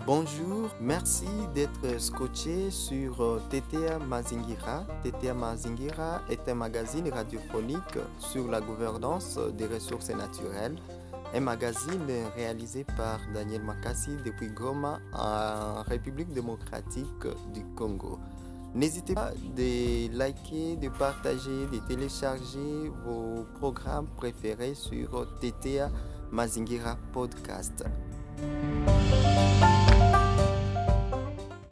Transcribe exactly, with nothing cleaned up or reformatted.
Bonjour, merci d'être scotché sur euh, Tetea Mazingira. Tetea Mazingira est un magazine radiophonique sur la gouvernance des ressources naturelles, un magazine réalisé par Daniel Makassi depuis Goma en République démocratique du Congo. N'hésitez pas de liker, de partager, de télécharger vos programmes préférés sur Tetea Mazingira Podcast.